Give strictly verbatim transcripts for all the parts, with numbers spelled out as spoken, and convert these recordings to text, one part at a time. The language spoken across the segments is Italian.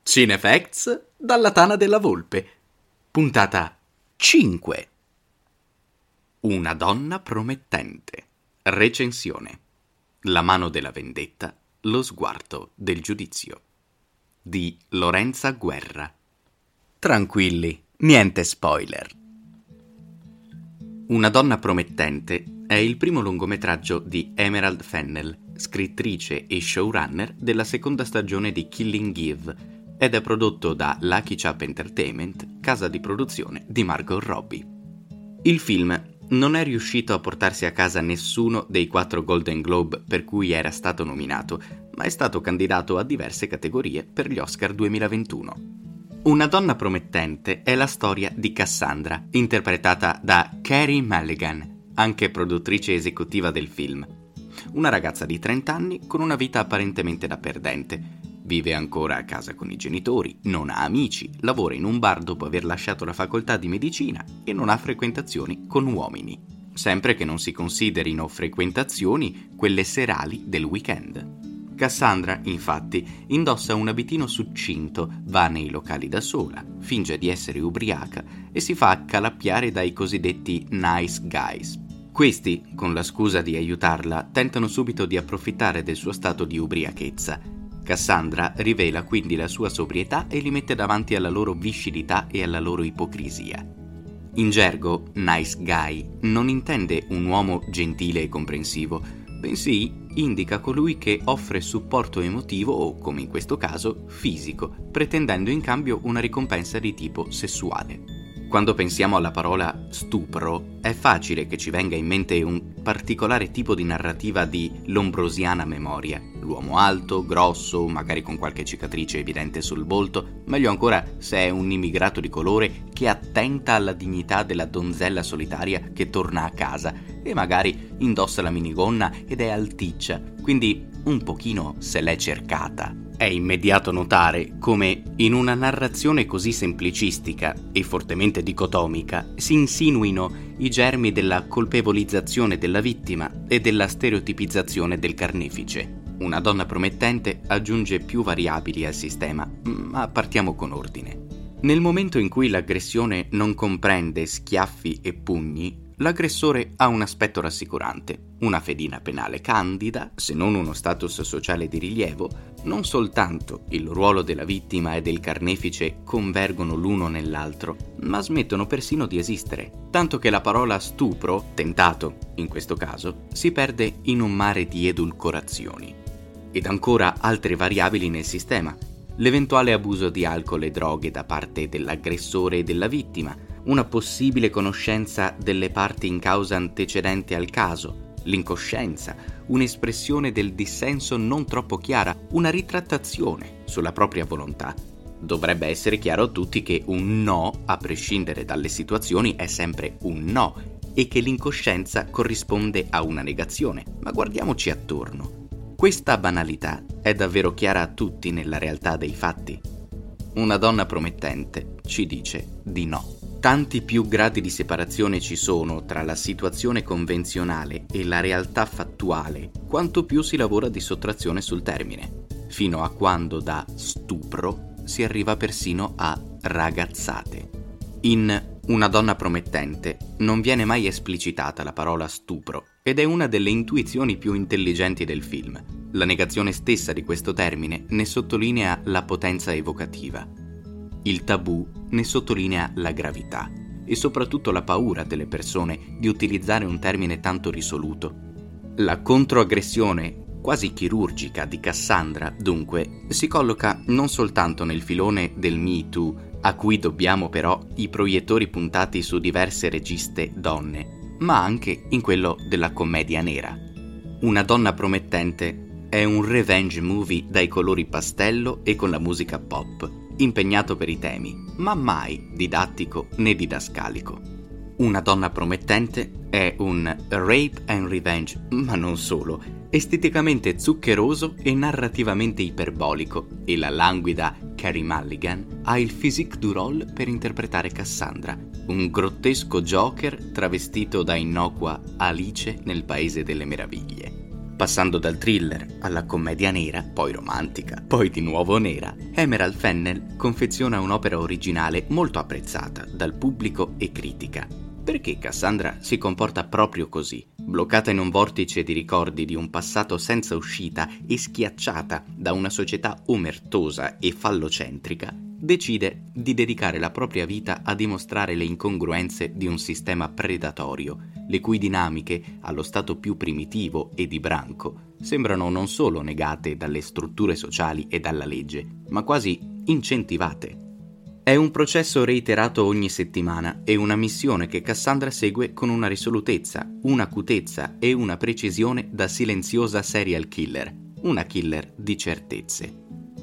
Cinefacts dalla Tana della Volpe, puntata cinque. Una donna promettente. Recensione. La mano della vendetta, lo sguardo del giudizio. Di Lorenza Guerra. Tranquilli, niente spoiler. Una donna promettente è il primo lungometraggio di Emerald Fennell, scrittrice e showrunner della seconda stagione di Killing Eve, ed è prodotto da Lucky Chap Entertainment, casa di produzione di Margot Robbie. Il film non è riuscito a portarsi a casa nessuno dei quattro Golden Globe per cui era stato nominato, ma è stato candidato a diverse categorie per gli Oscar duemilaventuno. Una donna promettente è la storia di Cassandra, interpretata da Carey Mulligan, anche produttrice esecutiva del film. Una ragazza di trenta anni con una vita apparentemente da perdente. Vive ancora a casa con i genitori, non ha amici, lavora in un bar dopo aver lasciato la facoltà di medicina e non ha frequentazioni con uomini, sempre che non si considerino frequentazioni quelle serali del weekend. Cassandra, infatti, indossa un abitino succinto, va nei locali da sola, finge di essere ubriaca e si fa accalappiare dai cosiddetti nice guys. Questi, con la scusa di aiutarla, tentano subito di approfittare del suo stato di ubriachezza. Cassandra rivela quindi la sua sobrietà e li mette davanti alla loro viscidità e alla loro ipocrisia. In gergo, nice guy non intende un uomo gentile e comprensivo, bensì indica colui che offre supporto emotivo o, come in questo caso, fisico, pretendendo in cambio una ricompensa di tipo sessuale. Quando pensiamo alla parola stupro, è facile che ci venga in mente un particolare tipo di narrativa di lombrosiana memoria. L'uomo alto, grosso, magari con qualche cicatrice evidente sul volto, meglio ancora se è un immigrato di colore che attenta alla dignità della donzella solitaria che torna a casa e magari indossa la minigonna ed è alticcia, quindi un pochino se l'è cercata. È immediato notare come, in una narrazione così semplicistica e fortemente dicotomica, si insinuino i germi della colpevolizzazione della vittima e della stereotipizzazione del carnefice. Una donna promettente aggiunge più variabili al sistema, ma partiamo con ordine. Nel momento in cui l'aggressione non comprende schiaffi e pugni, l'aggressore ha un aspetto rassicurante, una fedina penale candida, se non uno status sociale di rilievo. Non soltanto il ruolo della vittima e del carnefice convergono l'uno nell'altro, ma smettono persino di esistere, tanto che la parola stupro, tentato in questo caso, si perde in un mare di edulcorazioni. Ed ancora altre variabili nel sistema: l'eventuale abuso di alcol e droghe da parte dell'aggressore e della vittima, una possibile conoscenza delle parti in causa antecedente al caso, l'incoscienza, un'espressione del dissenso non troppo chiara, una ritrattazione sulla propria volontà. Dovrebbe essere chiaro a tutti che un no, a prescindere dalle situazioni, è sempre un no e che l'incoscienza corrisponde a una negazione. Ma guardiamoci attorno. Questa banalità è davvero chiara a tutti nella realtà dei fatti. Una donna promettente ci dice di no. Tanti più gradi di separazione ci sono tra la situazione convenzionale e la realtà fattuale, quanto più si lavora di sottrazione sul termine, fino a quando da stupro si arriva persino a ragazzate. In Una donna promettente non viene mai esplicitata la parola stupro, ed è una delle intuizioni più intelligenti del film. La negazione stessa di questo termine ne sottolinea la potenza evocativa. Il tabù ne sottolinea la gravità e soprattutto la paura delle persone di utilizzare un termine tanto risoluto. La controaggressione quasi chirurgica di Cassandra, dunque, si colloca non soltanto nel filone del Me Too, a cui dobbiamo però i proiettori puntati su diverse registe donne, ma anche in quello della commedia nera. Una donna promettente è un revenge movie dai colori pastello e con la musica pop, impegnato per i temi, ma mai didattico né didascalico. Una donna promettente è un rape and revenge, ma non solo, esteticamente zuccheroso e narrativamente iperbolico, e la languida Carey Mulligan ha il physique du rôle per interpretare Cassandra, un grottesco Joker travestito da innocua Alice nel Paese delle Meraviglie. Passando dal thriller alla commedia nera, poi romantica, poi di nuovo nera, Emerald Fennell confeziona un'opera originale molto apprezzata dal pubblico e critica. Perché Cassandra si comporta proprio così, bloccata in un vortice di ricordi di un passato senza uscita e schiacciata da una società omertosa e fallocentrica, decide di dedicare la propria vita a dimostrare le incongruenze di un sistema predatorio, le cui dinamiche, allo stato più primitivo e di branco, sembrano non solo negate dalle strutture sociali e dalla legge, ma quasi incentivate. È un processo reiterato ogni settimana e una missione che Cassandra segue con una risolutezza, un'acutezza e una precisione da silenziosa serial killer, una killer di certezze.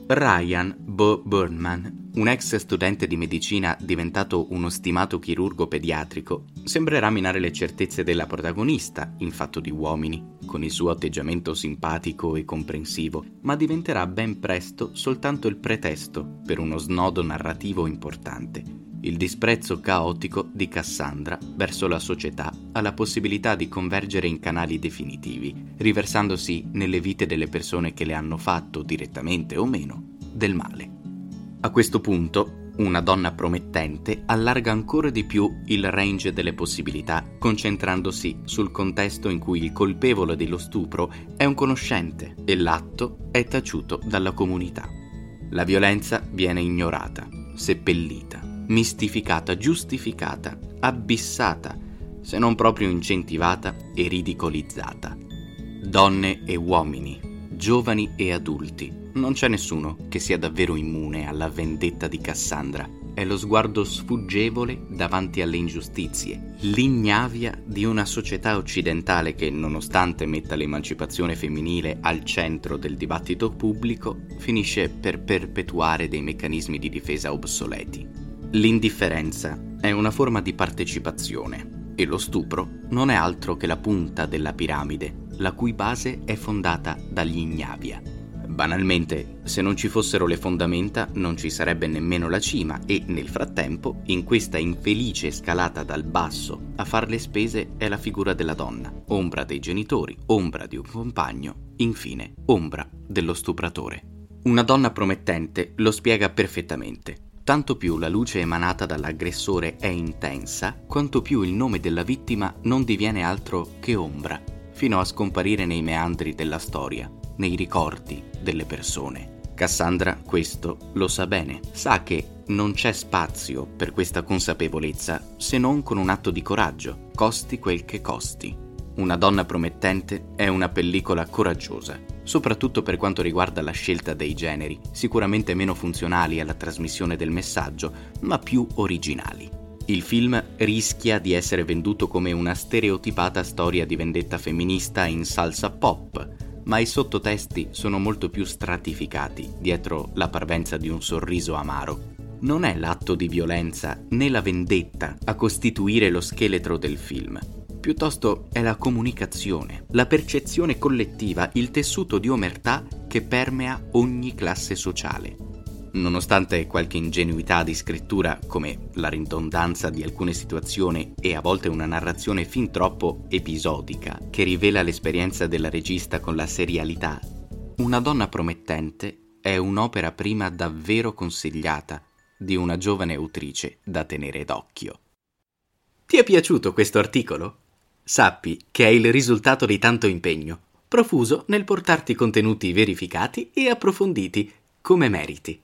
Ryan Bo Burnman, un ex studente di medicina diventato uno stimato chirurgo pediatrico, sembrerà minare le certezze della protagonista in Fatto di uomini, con il suo atteggiamento simpatico e comprensivo, ma diventerà ben presto soltanto il pretesto per uno snodo narrativo importante: il disprezzo caotico di Cassandra verso la società alla possibilità di convergere in canali definitivi, riversandosi nelle vite delle persone che le hanno fatto, direttamente o meno, del male. A questo punto, Una donna promettente allarga ancora di più il range delle possibilità, concentrandosi sul contesto in cui il colpevole dello stupro è un conoscente e l'atto è taciuto dalla comunità. La violenza viene ignorata, seppellita, mistificata, giustificata, abissata, se non proprio incentivata e ridicolizzata. Donne e uomini, giovani e adulti, non c'è nessuno che sia davvero immune alla vendetta di Cassandra. È lo sguardo sfuggevole davanti alle ingiustizie, l'ignavia di una società occidentale che, nonostante metta l'emancipazione femminile al centro del dibattito pubblico, finisce per perpetuare dei meccanismi di difesa obsoleti. L'indifferenza è una forma di partecipazione e lo stupro non è altro che la punta della piramide, la cui base è fondata dall'ignavia. Banalmente, se non ci fossero le fondamenta non ci sarebbe nemmeno la cima e, nel frattempo, in questa infelice scalata dal basso, a far le spese è la figura della donna, ombra dei genitori, ombra di un compagno, infine, ombra dello stupratore. Una donna promettente lo spiega perfettamente. Tanto più la luce emanata dall'aggressore è intensa, quanto più il nome della vittima non diviene altro che ombra, fino a scomparire nei meandri della storia, nei ricordi delle persone. Cassandra questo lo sa bene, sa che non c'è spazio per questa consapevolezza se non con un atto di coraggio, costi quel che costi. Una donna promettente è una pellicola coraggiosa, soprattutto per quanto riguarda la scelta dei generi, sicuramente meno funzionali alla trasmissione del messaggio, ma più originali. Il film rischia di essere venduto come una stereotipata storia di vendetta femminista in salsa pop, ma i sottotesti sono molto più stratificati dietro la parvenza di un sorriso amaro. Non è l'atto di violenza né la vendetta a costituire lo scheletro del film. Piuttosto è la comunicazione, la percezione collettiva, il tessuto di omertà che permea ogni classe sociale. Nonostante qualche ingenuità di scrittura, come la ridondanza di alcune situazioni e a volte una narrazione fin troppo episodica che rivela l'esperienza della regista con la serialità, Una donna promettente è un'opera prima davvero consigliata di una giovane autrice da tenere d'occhio. Ti è piaciuto questo articolo? Sappi che è il risultato di tanto impegno, profuso nel portarti contenuti verificati e approfonditi, come meriti.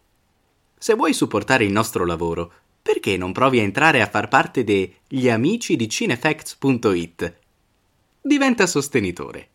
Se vuoi supportare il nostro lavoro, perché non provi a entrare a far parte degli amici di cinefacts punto it? Diventa sostenitore.